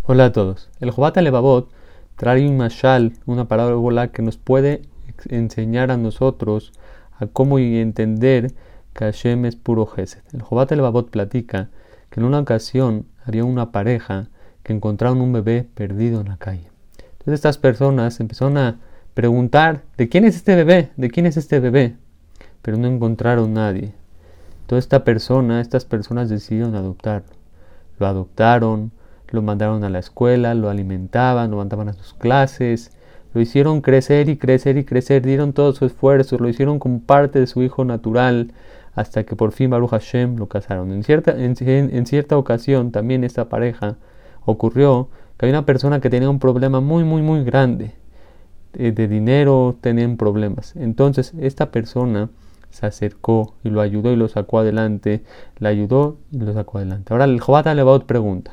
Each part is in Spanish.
Hola a todos. El Jobat Levavot trae un mashal, una parábola que nos puede enseñar a nosotros a cómo entender que Hashem es puro Gesed. El Jobat Levavot platica que en una ocasión había una pareja que encontraron un bebé perdido en la calle. Entonces estas personas empezaron a preguntar ¿de quién es este bebé? ¿De quién es este bebé? Pero no encontraron nadie. Entonces estas personas decidieron adoptarlo. Lo adoptaron, lo mandaron a la escuela, lo alimentaban, lo mandaban a sus clases, lo hicieron crecer y crecer y crecer, dieron todo su esfuerzo, lo hicieron como parte de su hijo natural, hasta que por fin Baruch Hashem lo casaron. En cierta ocasión también esta pareja ocurrió que había una persona que tenía un problema muy grande, de dinero, tenían problemas. Entonces esta persona se acercó y lo ayudó y lo sacó adelante, le ayudó y lo sacó adelante. Ahora el Jobat Levavot pregunta: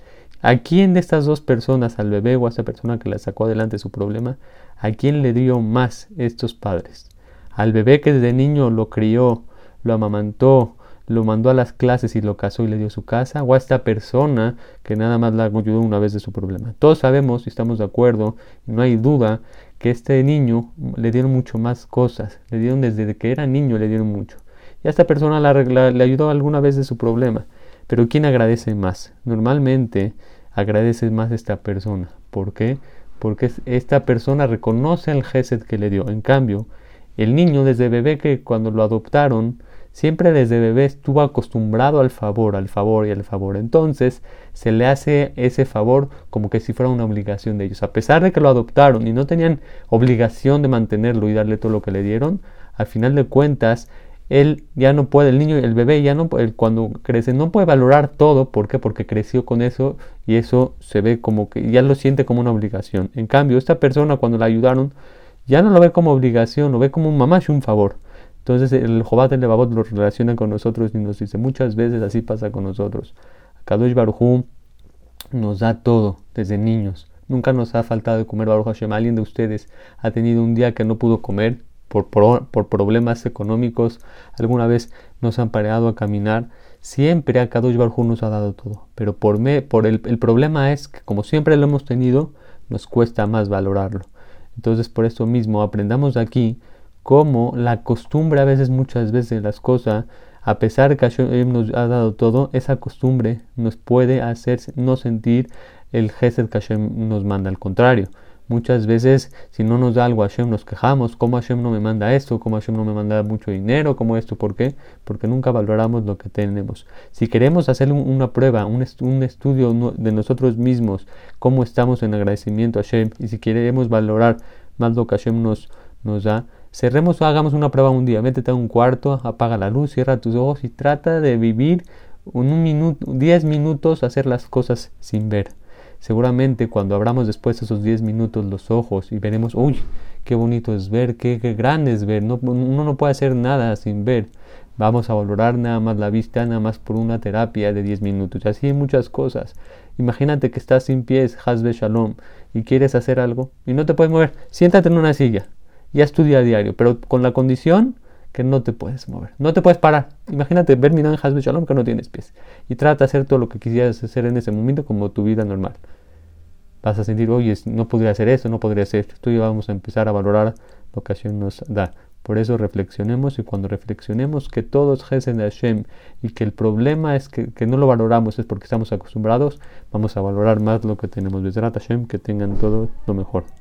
¿a quién de estas dos personas, al bebé o a esta persona que le sacó adelante su problema, a quién le dio más estos padres? ¿Al bebé que desde niño lo crió, lo amamantó, lo mandó a las clases y lo casó y le dio su casa? ¿O a esta persona que nada más la ayudó una vez de su problema? Todos sabemos y estamos de acuerdo, y no hay duda, que este niño le dieron mucho más cosas, le dieron desde que era niño, le dieron mucho. Y a esta persona le ayudó alguna vez de su problema. Pero ¿quién agradece más? Normalmente agradece más esta persona. ¿Por qué? Porque esta persona reconoce el gesed que le dio. En cambio, el niño desde bebé, que cuando lo adoptaron, siempre desde bebé estuvo acostumbrado al favor y al favor. Entonces se le hace ese favor como que si fuera una obligación de ellos. A pesar de que lo adoptaron y no tenían obligación de mantenerlo y darle todo lo que le dieron, al final de cuentas él ya no puede, el bebé ya no puede, cuando crece no puede valorar todo. ¿Por qué? Porque creció con eso y eso se ve como que ya lo siente como una obligación. En cambio, esta persona cuando la ayudaron ya no lo ve como obligación, lo ve como un mamash, un favor. Entonces el Jobat Levavot lo relaciona con nosotros y nos dice: muchas veces así pasa con nosotros. Kadosh Baruj Hu nos da todo desde niños. Nunca nos ha faltado de comer. Baruch Hashem. ¿Alguien de ustedes ha tenido un día que no pudo comer por problemas económicos? ¿Alguna vez nos han parado a caminar? Siempre a Kadosh Baruj Hu nos ha dado todo. Pero el problema es que como siempre lo hemos tenido, nos cuesta más valorarlo. Entonces por eso mismo aprendamos de aquí cómo la costumbre muchas veces de las cosas, a pesar de que Hashem nos ha dado todo, esa costumbre nos puede hacer no sentir el gesed que Hashem nos manda. Al contrario, muchas veces si no nos da algo a Hashem nos quejamos: ¿cómo Hashem no me manda esto? ¿Cómo Hashem no me manda mucho dinero? ¿Cómo esto? ¿Por qué? Porque nunca valoramos lo que tenemos. Si queremos hacer una prueba, un estudio de nosotros mismos, cómo estamos en agradecimiento a Hashem, y si queremos valorar más lo que Hashem nos da, cerremos o hagamos una prueba un día. Métete a un cuarto, apaga la luz, cierra tus ojos y trata de vivir 10 minutos, hacer las cosas sin ver. Seguramente cuando abramos después esos 10 minutos los ojos y veremos: uy, qué bonito es ver, qué grande es ver. Uno no puede hacer nada sin ver. Vamos a valorar nada más la vista, nada más por una terapia de 10 minutos. Y así hay muchas cosas. Imagínate que estás sin pies, Hasbe Shalom, y quieres hacer algo y no te puedes mover. Siéntate en una silla y estudia a diario, pero con la condición que no te puedes mover, no te puedes parar. Imagínate ver Minan Hasbe Shalom que no tienes pies y trata de hacer todo lo que quisieras hacer en ese momento como tu vida normal. Vas a sentir: oye, no podría hacer eso, no podría hacer esto. Y vamos a empezar a valorar lo que Hashem nos da. Por eso reflexionemos, y cuando reflexionemos que todo es Gesed de Hashem y que el problema es que no lo valoramos es porque estamos acostumbrados, vamos a valorar más lo que tenemos. Bezrat Hashem, que tengan todo lo mejor.